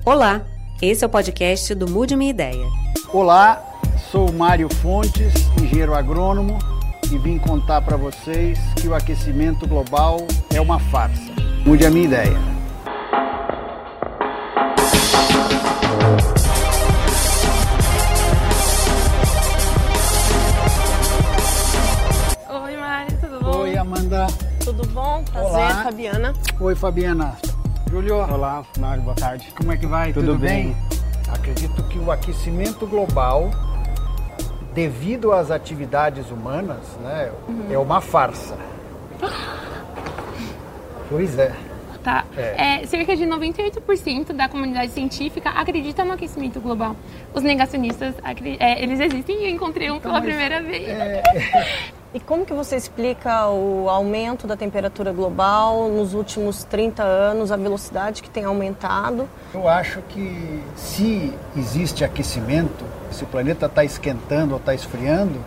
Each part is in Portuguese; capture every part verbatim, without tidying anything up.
Olá, esse é o podcast do Mude Minha Ideia. Olá, sou Mário Fontes, engenheiro agrônomo, e vim contar para vocês que o aquecimento global é uma farsa. Mude a minha ideia. Oi, Mário, tudo bom? Oi, Amanda. Tudo bom? Prazer, Olá. Fabiana. Oi, Fabiana. Júlio. Olá, Mário, boa tarde. Como é que vai? Tudo, Tudo bem? bem? Acredito que o aquecimento global, devido às atividades humanas, né, uhum. é uma farsa. Pois é. Tá. É. É, cerca de noventa e oito por cento da comunidade científica acredita no aquecimento global. Os negacionistas, é, eles existem e eu encontrei um então, pela primeira vez. É... E como que você explica o aumento da temperatura global nos últimos trinta anos, a velocidade que tem aumentado? Eu acho que se existe aquecimento, se o planeta está esquentando ou está esfriando,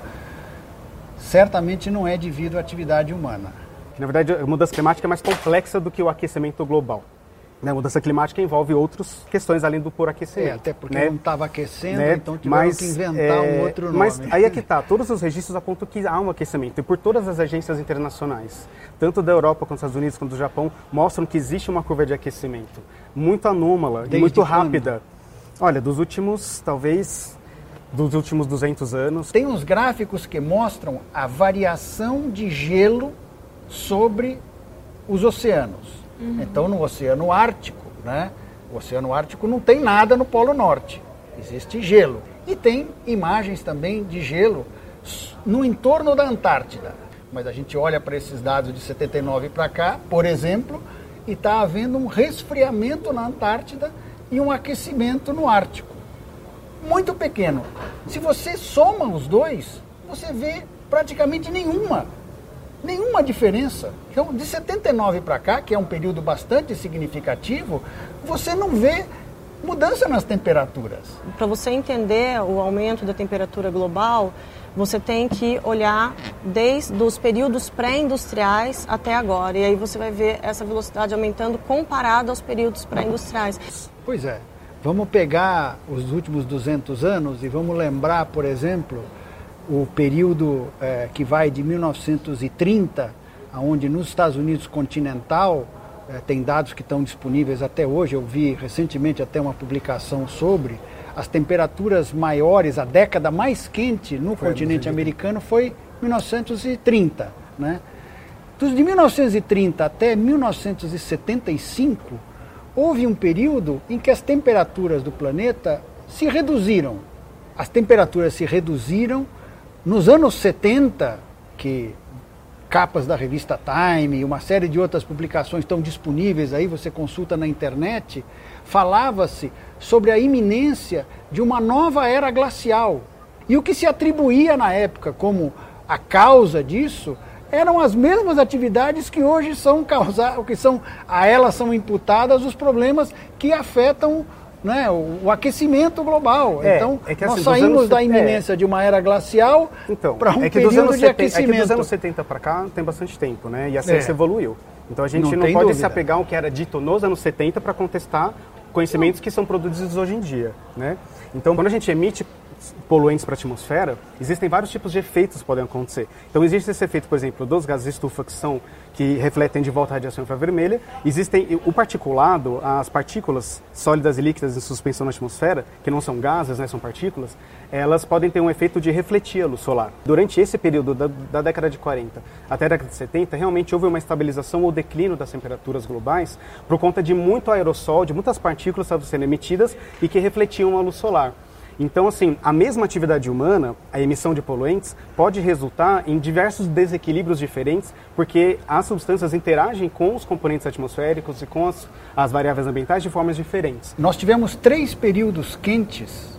certamente não é devido à atividade humana. Na verdade, a mudança climática é mais complexa do que o aquecimento global. A mudança climática envolve outras questões além do puro aquecimento. É, até porque né? não estava aquecendo, né? então tiveram mas, que inventar é, um outro nome. Mas aí é que está, todos os registros apontam que há um aquecimento. E por todas as agências internacionais, tanto da Europa quanto dos Estados Unidos, quanto do Japão, mostram que existe uma curva de aquecimento muito anômala Desde e muito quando? rápida. Olha, dos últimos, talvez, dos últimos duzentos anos. Tem uns gráficos que mostram a variação de gelo sobre os oceanos. Uhum. Então, no Oceano Ártico, né? O Oceano Ártico não tem nada no Polo Norte, existe gelo. E tem imagens também de gelo no entorno da Antártida. Mas a gente olha para esses dados de setenta e nove para cá, por exemplo, e está havendo um resfriamento na Antártida e um aquecimento no Ártico. Muito pequeno. Se você soma os dois, você vê praticamente nenhuma. Nenhuma diferença. Então, de setenta e nove para cá, que é um período bastante significativo, você não vê mudança nas temperaturas. Para você entender o aumento da temperatura global, você tem que olhar desde os períodos pré-industriais até agora. E aí você vai ver essa velocidade aumentando comparada aos períodos pré-industriais. Pois é. Vamos pegar os últimos duzentos anos e vamos lembrar, por exemplo, o período é, que vai de mil novecentos e trinta, onde nos Estados Unidos continental, é, tem dados que estão disponíveis até hoje, eu vi recentemente até uma publicação sobre, as temperaturas maiores, a década mais quente no foi continente americano foi mil novecentos e trinta. Né? Então, de mil novecentos e trinta até mil novecentos e setenta e cinco, houve um período em que as temperaturas do planeta se reduziram. As temperaturas se reduziram. Nos anos setenta, que capas da revista Time e uma série de outras publicações estão disponíveis aí, você consulta na internet, falava-se sobre a iminência de uma nova era glacial. E o que se atribuía na época como a causa disso eram as mesmas atividades que hoje são causadas, que são, a elas são imputadas os problemas que afetam, né, o, o aquecimento global. É, então, é que, assim, nós saímos anos, da iminência é, de uma era glacial então, para um é que período dos anos de aquecimento. É que dos anos setenta para cá tem bastante tempo, né? E a ciência é. evoluiu. Então a gente não, não pode dúvida. se apegar ao que era dito nos anos setenta para contestar conhecimentos não. que são produzidos hoje em dia, né? Então, quando a gente emite poluentes para a atmosfera, existem vários tipos de efeitos que podem acontecer. Então existe esse efeito, por exemplo, dos gases de estufa que são que refletem de volta a radiação infravermelha. Existem o particulado, as partículas sólidas e líquidas em suspensão na atmosfera, que não são gases, né, são partículas, elas podem ter um efeito de refletir a luz solar. Durante esse período da, da década de quarenta até a década de setenta, realmente houve uma estabilização ou declínio das temperaturas globais por conta de muito aerossol, de muitas partículas que estavam sendo emitidas e que refletiam a luz solar. Então, assim, a mesma atividade humana, a emissão de poluentes, pode resultar em diversos desequilíbrios diferentes, porque as substâncias interagem com os componentes atmosféricos e com as, as variáveis ambientais de formas diferentes. Nós tivemos três períodos quentes,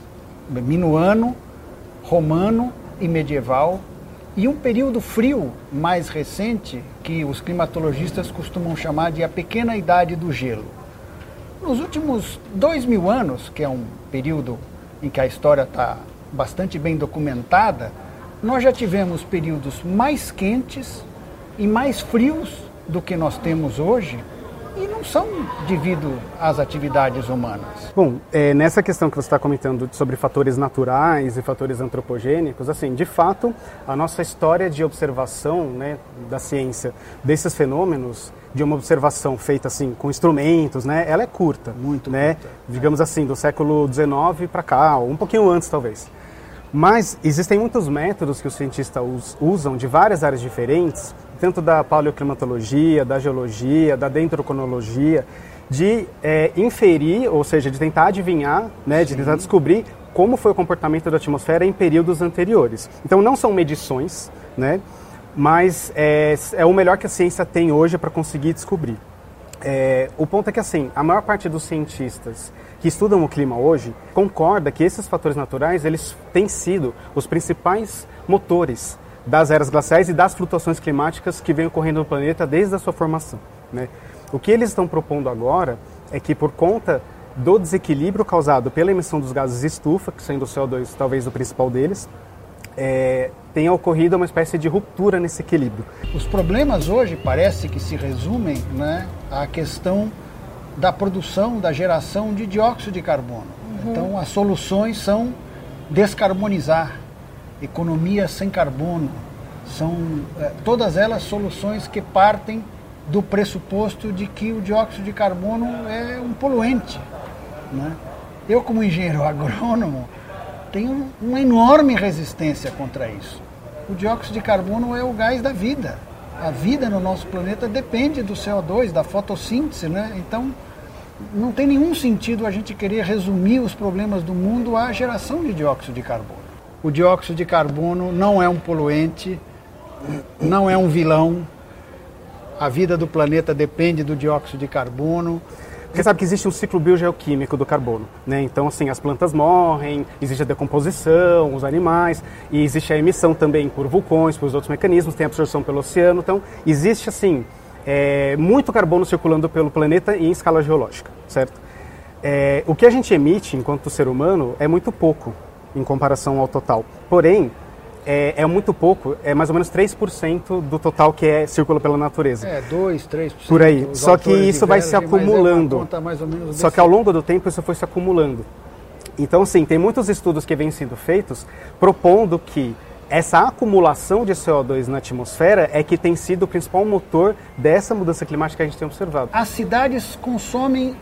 minuano, romano e medieval, e um período frio mais recente, que os climatologistas costumam chamar de a pequena idade do gelo. Nos últimos dois mil anos, que é um período em que a história está bastante bem documentada, nós já tivemos períodos mais quentes e mais frios do que nós temos hoje, e não são devido às atividades humanas. Bom, é, nessa questão que você está comentando sobre fatores naturais e fatores antropogênicos, assim, de fato, a nossa história de observação, né, da ciência desses fenômenos, de uma observação feita assim com instrumentos, né, ela é curta, muito né, curta. Digamos assim, do século dezenove para cá, ou um pouquinho antes talvez. Mas existem muitos métodos que os cientistas usam de várias áreas diferentes, tanto da paleoclimatologia, da geologia, da dendrocronologia, de é, inferir, ou seja, de tentar adivinhar, né, de tentar descobrir como foi o comportamento da atmosfera em períodos anteriores. Então não são medições, né, mas é, é o melhor que a ciência tem hoje para conseguir descobrir. É, o ponto é que assim, a maior parte dos cientistas que estudam o clima hoje concorda que esses fatores naturais eles têm sido os principais motores das eras glaciais e das flutuações climáticas que vêm ocorrendo no planeta desde a sua formação, né? O que eles estão propondo agora é que por conta do desequilíbrio causado pela emissão dos gases de estufa, que sendo o C O dois talvez o principal deles, é, tenha ocorrido uma espécie de ruptura nesse equilíbrio. Os problemas hoje parece que se resumem, né, à questão da produção, da geração de dióxido de carbono. Uhum. Então as soluções são descarbonizar, economia sem carbono, são é, todas elas soluções que partem do pressuposto de que o dióxido de carbono é um poluente, né? Eu, como engenheiro agrônomo, tenho uma enorme resistência contra isso. O dióxido de carbono é o gás da vida. A vida no nosso planeta depende do C O dois, da fotossíntese, né? Então, não tem nenhum sentido a gente querer resumir os problemas do mundo à geração de dióxido de carbono. O dióxido de carbono não é um poluente, não é um vilão. A vida do planeta depende do dióxido de carbono. Você sabe que existe um ciclo biogeoquímico do carbono, né? Então, assim, as plantas morrem, existe a decomposição, os animais, e existe a emissão também por vulcões, por outros mecanismos, tem a absorção pelo oceano. Então, existe, assim, é, muito carbono circulando pelo planeta em escala geológica, certo? É, o que a gente emite enquanto ser humano é muito pouco em comparação ao total. Porém, É, é muito pouco, é mais ou menos três por cento do total que é, circula pela natureza. É, dois, três por cento. Por aí. Só que isso vai se acumulando. É mais ou menos Só que ao longo do tempo isso foi se acumulando. Então, sim, tem muitos estudos que vêm sendo feitos propondo que essa acumulação de C O dois na atmosfera é que tem sido o principal motor dessa mudança climática que a gente tem observado. As cidades consomem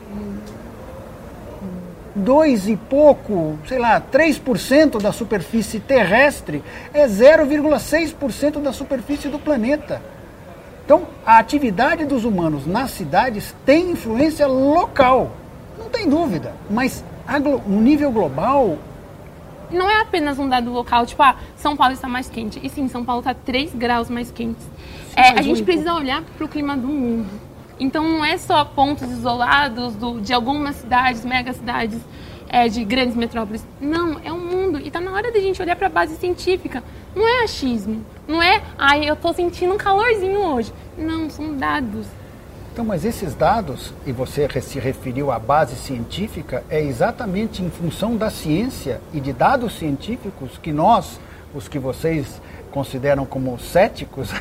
dois e pouco, sei lá, três por cento da superfície terrestre, é zero vírgula seis por cento da superfície do planeta. Então, a atividade dos humanos nas cidades tem influência local, não tem dúvida, mas no nível global... Não é apenas um dado local, tipo, ah, São Paulo está mais quente. E sim, São Paulo está três graus mais quente. É, a gente precisa olhar para o clima do mundo. Então não é só pontos isolados do, de algumas cidades, megacidades, é, de grandes metrópoles. Não, é o mundo. E está na hora da gente olhar para a base científica. Não é achismo. Não é, ai, eu estou sentindo um calorzinho hoje. Não, são dados. Então, mas esses dados, e você se referiu à base científica, é exatamente em função da ciência e de dados científicos que nós, os que vocês consideram como céticos,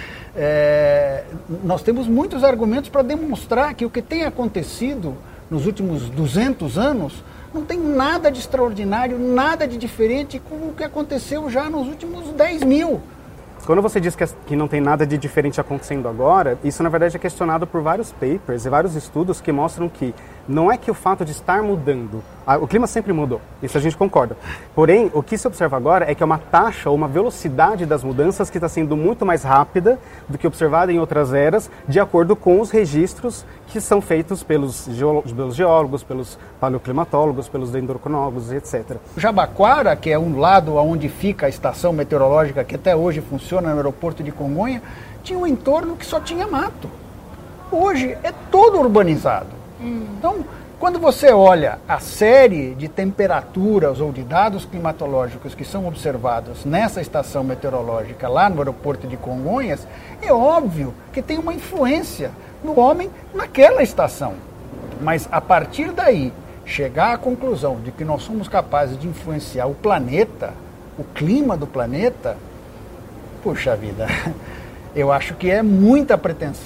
é, nós temos muitos argumentos para demonstrar que o que tem acontecido nos últimos duzentos anos não tem nada de extraordinário, nada de diferente com o que aconteceu já nos últimos dez mil. Quando você diz que, que não tem nada de diferente acontecendo agora, isso na verdade é questionado por vários papers e vários estudos que mostram que não é que o fato de estar mudando, a, o clima sempre mudou, isso a gente concorda. Porém, o que se observa agora é que é uma taxa ou uma velocidade das mudanças que está sendo muito mais rápida do que observada em outras eras, de acordo com os registros que são feitos pelos, geó- pelos geólogos, pelos paleoclimatólogos, pelos dendrocronólogos, etcétera. Jabaquara, que é um lado onde fica a estação meteorológica que até hoje funciona no aeroporto de Congonha, tinha um entorno que só tinha mato. Hoje é todo urbanizado. Hum. Então, quando você olha a série de temperaturas ou de dados climatológicos que são observados nessa estação meteorológica lá no aeroporto de Congonhas, é óbvio que tem uma influência no homem naquela estação. Mas a partir daí, chegar à conclusão de que nós somos capazes de influenciar o planeta, o clima do planeta, puxa vida, eu acho que é muita pretensão.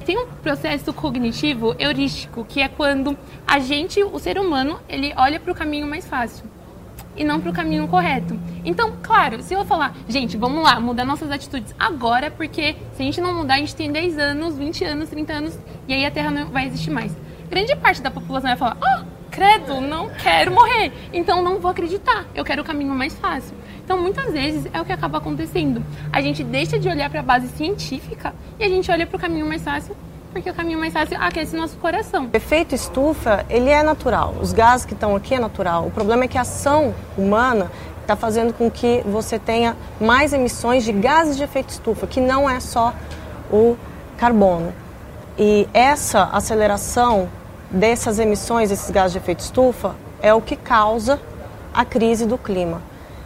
tem um processo cognitivo heurístico, que é quando a gente, o ser humano, ele olha para o caminho mais fácil e não para o caminho correto. Então, claro, se eu falar, gente, vamos lá, mudar nossas atitudes agora, porque se a gente não mudar, a gente tem dez anos, vinte anos, trinta anos, e aí a Terra não vai existir mais. Grande parte da população vai falar, oh, credo, não quero morrer, então não vou acreditar, eu quero o caminho mais fácil. Então, muitas vezes, é o que acaba acontecendo. A gente deixa de olhar para a base científica e a gente olha para o caminho mais fácil, porque o caminho mais fácil aquece nosso coração. O efeito estufa, ele é natural. Os gases que estão aqui é natural. O problema é que a ação humana está fazendo com que você tenha mais emissões de gases de efeito estufa, que não é só o carbono. E essa aceleração dessas emissões, desses gases de efeito estufa, é o que causa a crise do clima.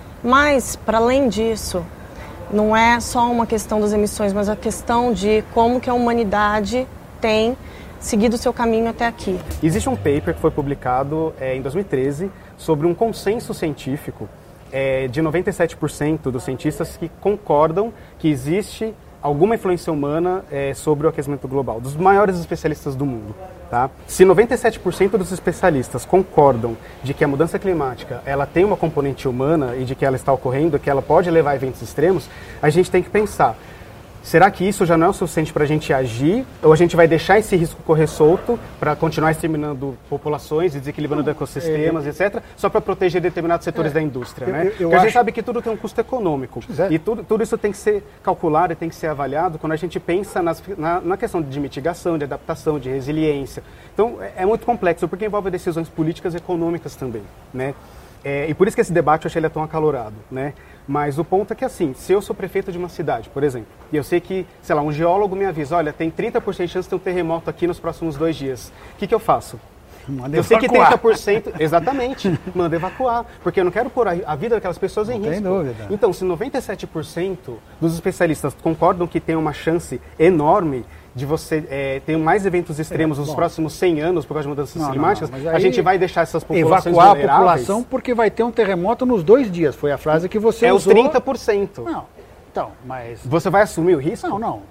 Mas, para além disso, não é só uma questão das emissões, mas a questão de como que a humanidade tem seguido o seu caminho até aqui. Existe um paper que foi publicado é, em dois mil e treze sobre um consenso científico é, de noventa e sete por cento dos cientistas que concordam que existe alguma influência humana é, sobre o aquecimento global, dos maiores especialistas do mundo. Tá? Se noventa e sete por cento dos especialistas concordam de que a mudança climática ela tem uma componente humana e de que ela está ocorrendo, que ela pode levar a eventos extremos, a gente tem que pensar, será que isso já não é o suficiente para a gente agir? Ou a gente vai deixar esse risco correr solto para continuar exterminando populações e desequilibrando ecossistemas, é, etcétera, só para proteger determinados setores é, da indústria, eu, né? Eu, eu Porque acho... a gente sabe que tudo tem um custo econômico. É. E tudo, tudo isso tem que ser calculado e tem que ser avaliado quando a gente pensa nas, na, na questão de mitigação, de adaptação, de resiliência. Então, é, é muito complexo, porque envolve decisões políticas e econômicas também, né? É, e por isso que esse debate eu achei ele tão acalorado, né? Mas o ponto é que, assim, se eu sou prefeito de uma cidade, por exemplo, e eu sei que, sei lá, um geólogo me avisa, olha, tem trinta por cento de chance de ter um terremoto aqui nos próximos dois dias. O que, que eu faço? Manda eu evacuar. sei que trinta por cento, exatamente, manda evacuar, porque eu não quero pôr a, a vida daquelas pessoas em não risco. Tem dúvida. Então, se noventa e sete por cento dos especialistas concordam que tem uma chance enorme de você é, ter mais eventos extremos é, nos próximos cem anos por causa de mudanças não, climáticas, não, não, a gente vai deixar essas populações evacuar vulneráveis? A população porque vai ter um terremoto nos dois dias, foi a frase que você é usou. É os trinta por cento. Não, então, mas... Você vai assumir o risco? Não, não.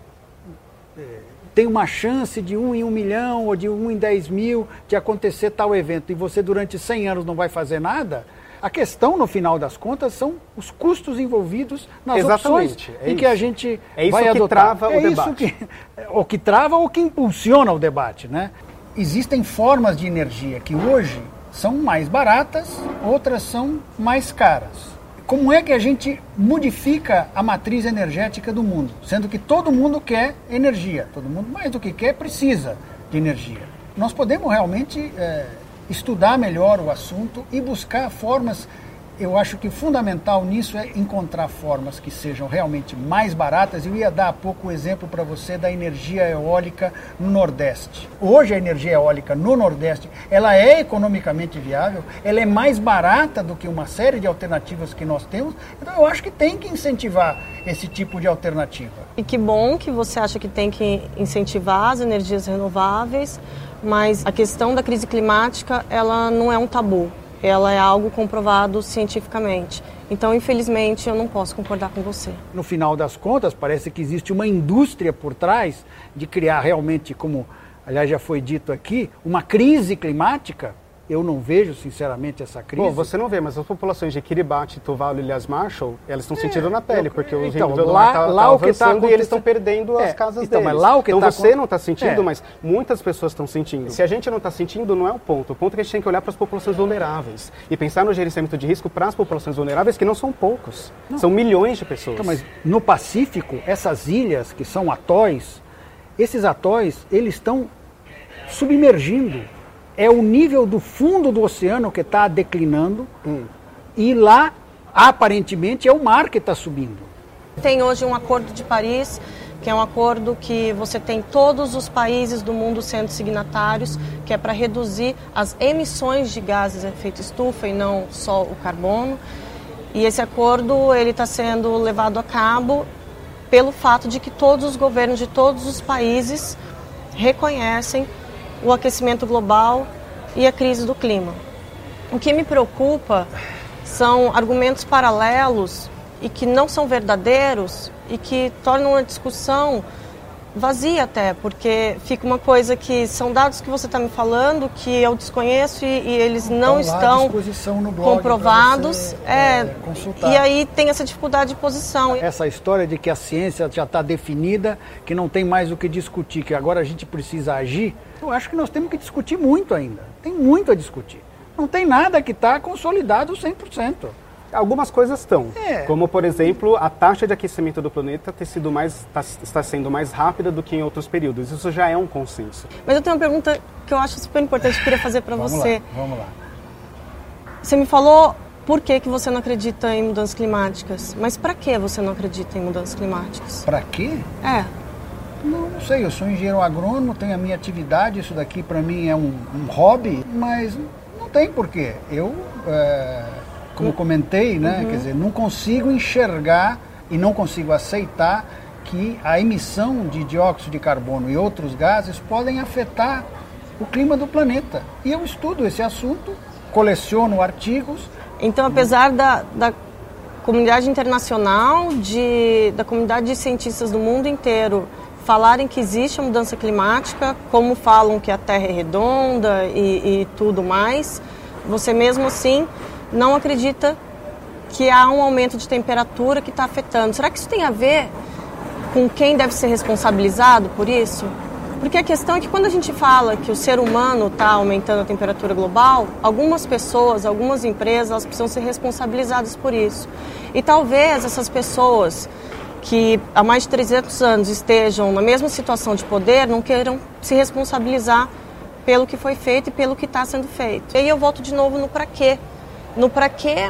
É, tem uma chance de um em um milhão ou de um em dez mil de acontecer tal evento e você durante cem anos não vai fazer nada... A questão, no final das contas, são os custos envolvidos nas Exatamente, opções é em isso. que a gente é isso vai que adotar. Trava é o debate. Isso que, ou que trava ou que impulsiona o debate, né? Existem formas de energia que hoje são mais baratas, outras são mais caras. Como é que a gente modifica a matriz energética do mundo? Sendo que todo mundo quer energia, todo mundo mais do que quer precisa de energia. Nós podemos realmente... É, estudar melhor o assunto e buscar formas, eu acho que fundamental nisso é encontrar formas que sejam realmente mais baratas. Eu ia dar há pouco o exemplo para você da energia eólica no Nordeste. Hoje a energia eólica no Nordeste, ela é economicamente viável, ela é mais barata do que uma série de alternativas que nós temos, então eu acho que tem que incentivar esse tipo de alternativa. E que bom que você acha que tem que incentivar as energias renováveis, mas a questão da crise climática, ela não é um tabu, ela é algo comprovado cientificamente. Então, infelizmente, eu não posso concordar com você. No final das contas, parece que existe uma indústria por trás de criar realmente, como aliás já foi dito aqui, uma crise climática. Eu não vejo, sinceramente, essa crise. Bom, você não vê, mas as populações de Kiribati, Tuvalu e Ilhas Marshall, elas estão é, sentindo na pele, eu, porque os então, níveis do lá, mar estão tá, lá tá o que avançando tá e eles estão perdendo é, as casas então, deles. Mas lá o que então tá você com... não está sentindo, é. mas muitas pessoas estão sentindo. Se a gente não está sentindo, não é o ponto. O ponto é que a gente tem que olhar para as populações vulneráveis e pensar no gerenciamento de risco para as populações vulneráveis, que não são poucos, não. São milhões de pessoas. Então, mas no Pacífico, essas ilhas que são atóis, esses atóis, eles estão submergindo. É o nível do fundo do oceano que está declinando hum. e lá, aparentemente, é o mar que está subindo. Tem hoje um acordo de Paris, que é um acordo que você tem todos os países do mundo sendo signatários, que é para reduzir as emissões de gases de efeito estufa e não só o carbono. E esse acordo ele está sendo levado a cabo pelo fato de que todos os governos de todos os países reconhecem o aquecimento global e a crise do clima. O que me preocupa são argumentos paralelos e que não são verdadeiros e que tornam a discussão vazia até, porque fica uma coisa que são dados que você está me falando que eu desconheço e, e eles não estão no blog comprovados. Você, é, é, consultar. E aí tem essa dificuldade de posição. Essa história de que a ciência já está definida, que não tem mais o que discutir, que agora a gente precisa agir, eu acho que nós temos que discutir muito ainda. Tem muito a discutir. Não tem nada que está consolidado cem por cento. Algumas coisas estão, é. como por exemplo a taxa de aquecimento do planeta ter sido mais, tá, está sendo mais rápida do que em outros períodos. Isso já é um consenso. Mas eu tenho uma pergunta que eu acho super importante que eu queria fazer para você. Lá, vamos lá. Você me falou por que, que você não acredita em mudanças climáticas, mas para que você não acredita em mudanças climáticas? Para quê? É. Não, não sei, eu sou engenheiro agrônomo, tenho a minha atividade, isso daqui para mim é um, um hobby, mas não tem porquê. Eu... É... Como comentei, né, uhum. quer dizer, não consigo enxergar e não consigo aceitar que a emissão de dióxido de carbono e outros gases podem afetar o clima do planeta. E eu estudo esse assunto, coleciono artigos. Então, apesar da, da comunidade internacional, de, da comunidade de cientistas do mundo inteiro falarem que existe a mudança climática, como falam que a Terra é redonda e, e tudo mais, você mesmo assim não acredita que há um aumento de temperatura que está afetando. Será que isso tem a ver com quem deve ser responsabilizado por isso? Porque a questão é que quando a gente fala que o ser humano está aumentando a temperatura global, algumas pessoas, algumas empresas, elas precisam ser responsabilizadas por isso. E talvez essas pessoas que há mais de trezentos anos estejam na mesma situação de poder não queiram se responsabilizar pelo que foi feito e pelo que está sendo feito. E aí eu volto de novo no para quê. No para que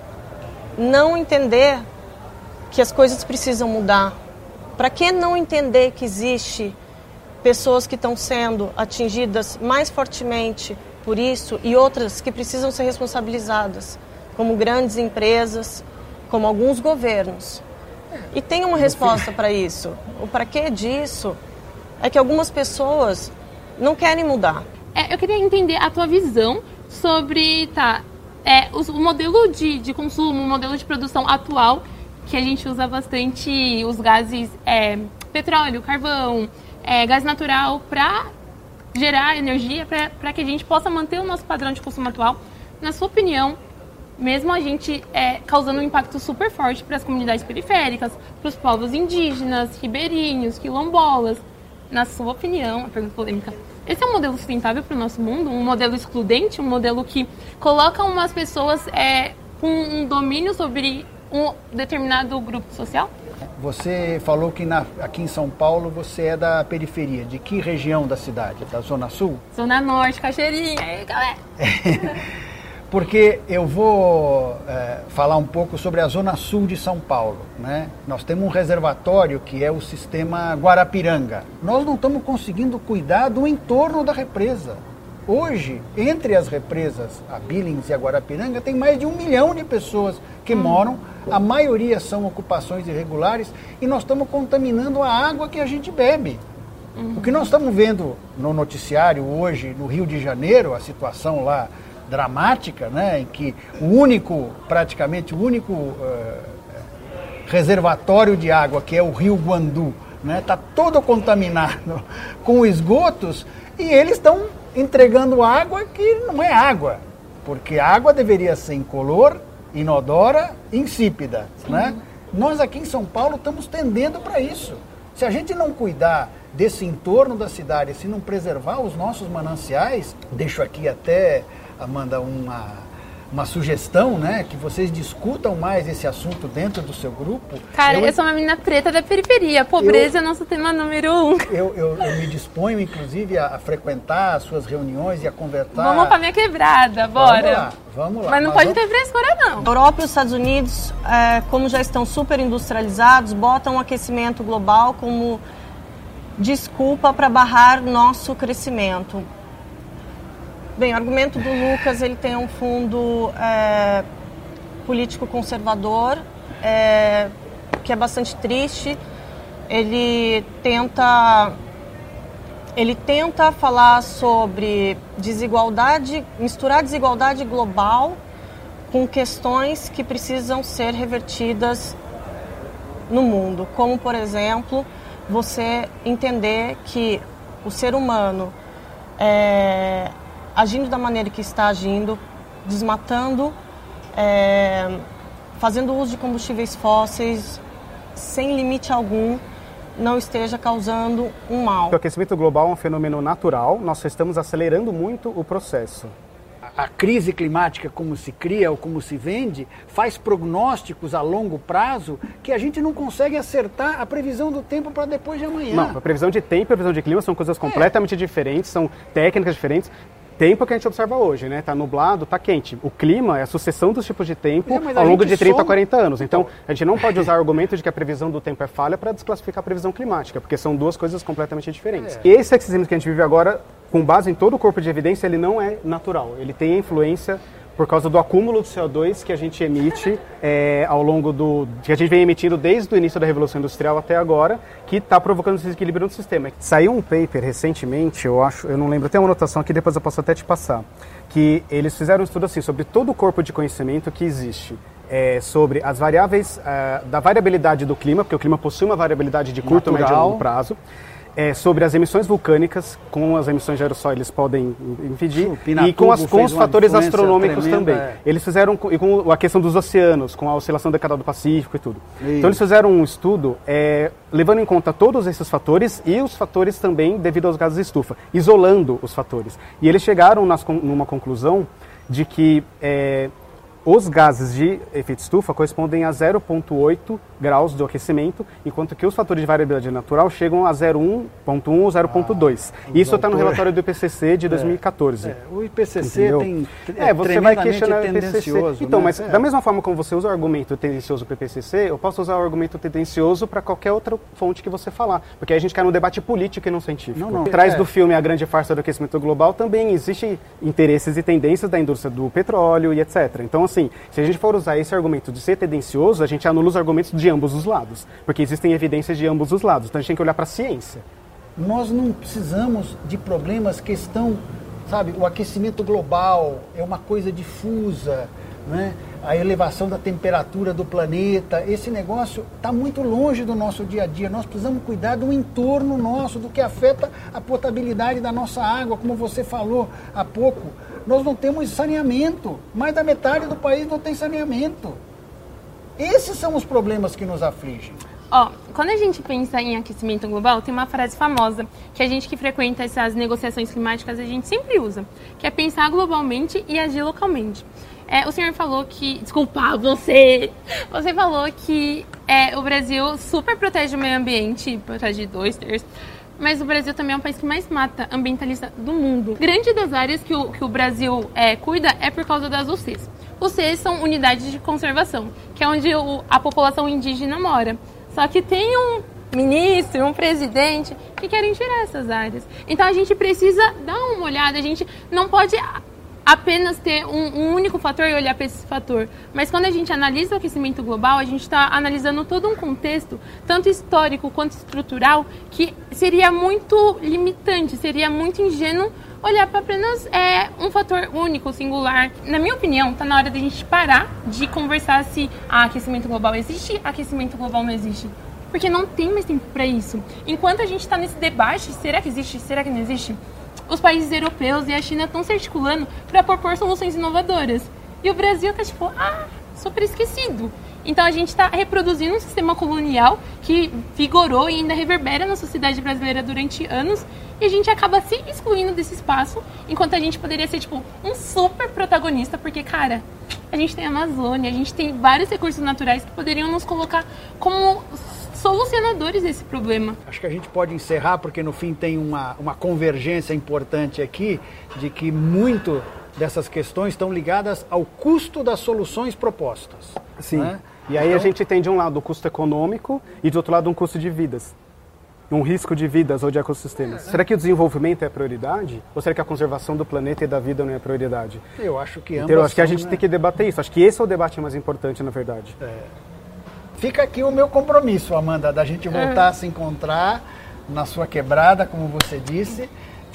não entender que as coisas precisam mudar? Para que não entender que existe pessoas que estão sendo atingidas mais fortemente por isso e outras que precisam ser responsabilizadas, como grandes empresas, como alguns governos? E tem uma resposta para isso. O para que disso é que algumas pessoas não querem mudar. É, eu queria entender a tua visão sobre... Tá, É, o modelo de, de consumo, o modelo de produção atual, que a gente usa bastante os gases, é, petróleo, carvão, é, gás natural, para gerar energia, para que a gente possa manter o nosso padrão de consumo atual. Na sua opinião, mesmo a gente é, causando um impacto super forte para as comunidades periféricas, para os povos indígenas, ribeirinhos, quilombolas, na sua opinião, a pergunta polêmica, esse é um modelo sustentável para o nosso mundo? Um modelo excludente? Um modelo que coloca umas pessoas é, com um domínio sobre um determinado grupo social? Você falou que na, aqui em São Paulo você é da periferia. De que região da cidade? Da Zona Sul? Zona Norte, Cachoeirinha. Aí, galera. Porque eu vou é, falar um pouco sobre a Zona Sul de São Paulo, né? Nós temos um reservatório que é o sistema Guarapiranga. Nós não estamos conseguindo cuidar do entorno da represa. Hoje, entre as represas, a Billings e a Guarapiranga, tem mais de um milhão de pessoas que hum. moram. A maioria são ocupações irregulares e nós estamos contaminando a água que a gente bebe. Hum. O que nós estamos vendo no noticiário hoje, no Rio de Janeiro, a situação lá dramática, né, em que o único, praticamente o único uh, reservatório de água, que é o Rio Guandu, né, está todo contaminado com esgotos e eles estão entregando água que não é água, porque a água deveria ser incolor, inodora, insípida, né? Nós aqui em São Paulo estamos tendendo para isso. Se a gente não cuidar desse entorno da cidade, se não preservar os nossos mananciais, deixo aqui até, Amanda, uma, uma sugestão, né? Que vocês discutam mais esse assunto dentro do seu grupo. Cara, eu, eu sou uma menina preta da periferia. Pobreza eu, é nosso tema número um. Eu, eu, eu me disponho, inclusive, a, a frequentar as suas reuniões e a conversar. Vamos pra minha quebrada, bora. Vamos lá, vamos lá. Mas não Nós pode vamos... ter frescura, não. A Europa e os Estados Unidos, é, como já estão super industrializados, botam o aquecimento global como desculpa para barrar nosso crescimento. Bem, o argumento do Lucas, ele tem um fundo é, político conservador, é, que é bastante triste. Ele tenta, ele tenta falar sobre desigualdade, misturar desigualdade global com questões que precisam ser revertidas no mundo, como, por exemplo, você entender que o ser humano, é, agindo da maneira que está agindo, desmatando, é, fazendo uso de combustíveis fósseis sem limite algum, não esteja causando um mal. O aquecimento global é um fenômeno natural, nós só estamos acelerando muito o processo. A crise climática, como se cria ou como se vende, faz prognósticos a longo prazo que a gente não consegue acertar a previsão do tempo para depois de amanhã. Não, a previsão de tempo e a previsão de clima são coisas completamente é. diferentes, são técnicas diferentes. Tempo que a gente observa hoje, né? Tá nublado, tá quente. O clima é a sucessão dos tipos de tempo é, ao longo de trinta soma... a quarenta anos. Então, a gente não pode usar o argumento de que a previsão do tempo é falha para desclassificar a previsão climática, porque são duas coisas completamente diferentes. É. Esse aquecimento que a gente vive agora, com base em todo o corpo de evidência, ele não é natural. Ele tem influência por causa do acúmulo de C O dois que a gente emite é, ao longo do... que a gente vem emitindo desde o início da Revolução Industrial até agora, que está provocando esse desequilíbrio no sistema. Saiu um paper recentemente, eu acho, eu não lembro, tem uma anotação aqui, depois eu posso até te passar, que eles fizeram um estudo assim sobre todo o corpo de conhecimento que existe. É, sobre as variáveis uh, da variabilidade do clima, porque o clima possui uma variabilidade de curto, Natural. médio e longo prazo. É, sobre as emissões vulcânicas, com as emissões de aerossol eles podem impedir, e com, as, com os fatores astronômicos tremenda, também. É. Eles fizeram, e com a questão dos oceanos, com a oscilação decadal do Pacífico e tudo. Isso. Então eles fizeram um estudo é, levando em conta todos esses fatores e os fatores também devido aos gases de estufa, isolando os fatores. E eles chegaram nas, numa conclusão de que é, os gases de efeito estufa correspondem a zero vírgula oito graus do aquecimento, enquanto que os fatores de variabilidade natural chegam a zero vírgula um ou zero vírgula dois. Ah, Isso está no relatório do I P C C de dois mil e catorze. É, é, o I P C C Entendeu? tem é, é você vai questionar o I P C C. Então, né? mas é. da mesma forma como você usa o argumento tendencioso para o I P C C, eu posso usar o argumento tendencioso para qualquer outra fonte que você falar, porque aí a gente cai num debate político e não científico. Não, não. Atrás é. do filme A Grande Farsa do Aquecimento Global também existem interesses e tendências da indústria do petróleo e etcétera. Então, assim, se a gente for usar esse argumento de ser tendencioso, a gente anula os argumentos de ambos os lados, porque existem evidências de ambos os lados, então a gente tem que olhar para a ciência. Nós não precisamos de problemas que estão, sabe, o aquecimento global é uma coisa difusa, né? A elevação da temperatura do planeta, esse negócio está muito longe do nosso dia a dia. Nós precisamos cuidar do entorno nosso, do que afeta a potabilidade da nossa água, como você falou há pouco. Nós não temos saneamento, mais da metade do país não tem saneamento. Esses são os problemas que nos afligem. Ó, quando a gente pensa em aquecimento global, tem uma frase famosa que a gente que frequenta essas negociações climáticas, a gente sempre usa, que é pensar globalmente e agir localmente. É, o senhor falou que... Desculpa, você... Você falou que é, o Brasil super protege o meio ambiente, protege dois terços, mas o Brasil também é um país que mais mata ambientalista do mundo. Grande das áreas que o, que o Brasil é, cuida é por causa das U Cs. U Cs são unidades de conservação, que é onde o, a população indígena mora. Só que tem um ministro, um presidente que querem tirar essas áreas. Então a gente precisa dar uma olhada, a gente não pode apenas ter um, um único fator e olhar para esse fator. Mas quando a gente analisa o aquecimento global, a gente está analisando todo um contexto, tanto histórico quanto estrutural, que seria muito limitante, seria muito ingênuo olhar para apenas é, um fator único, singular. Na minha opinião, está na hora da gente parar de conversar se ah, aquecimento global existe, aquecimento global não existe. Porque não tem mais tempo para isso. Enquanto a gente está nesse debate, será que existe, será que não existe? Os países europeus e a China estão se articulando para propor soluções inovadoras. E o Brasil está tipo, ah, super esquecido. Então a gente está reproduzindo um sistema colonial que vigorou e ainda reverbera na sociedade brasileira durante anos. E a gente acaba se excluindo desse espaço, enquanto a gente poderia ser tipo um super protagonista, porque, cara, a gente tem a Amazônia, a gente tem vários recursos naturais que poderiam nos colocar como solucionadores desse problema. Acho que a gente pode encerrar, porque no fim tem uma, uma convergência importante aqui, de que muito dessas questões estão ligadas ao custo das soluções propostas. Sim, né? E aí então, a gente tem de um lado o custo econômico e do outro lado um custo de vidas. Um risco de vidas ou de ecossistemas. É, será que o desenvolvimento é a prioridade? Ou será que a conservação do planeta e da vida não é a prioridade? Eu acho que ambas então, acho que a são, gente né? tem que debater isso. Acho que esse é o debate mais importante, na verdade. É. Fica aqui o meu compromisso, Amanda, da gente voltar é. a se encontrar na sua quebrada, como você disse,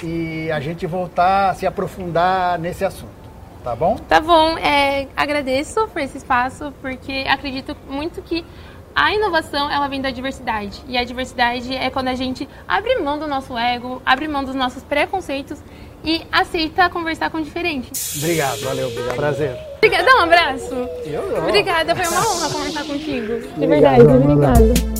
e a gente voltar a se aprofundar nesse assunto. Tá bom? Tá bom. É, agradeço por esse espaço, porque acredito muito que A inovação, ela vem da diversidade. E a diversidade é quando a gente abre mão do nosso ego, abre mão dos nossos preconceitos e aceita conversar com o diferente. Obrigado, valeu, obrigado. Prazer. Obrigada, dá um abraço. Eu não. Obrigada, foi uma honra conversar contigo. De verdade, obrigada.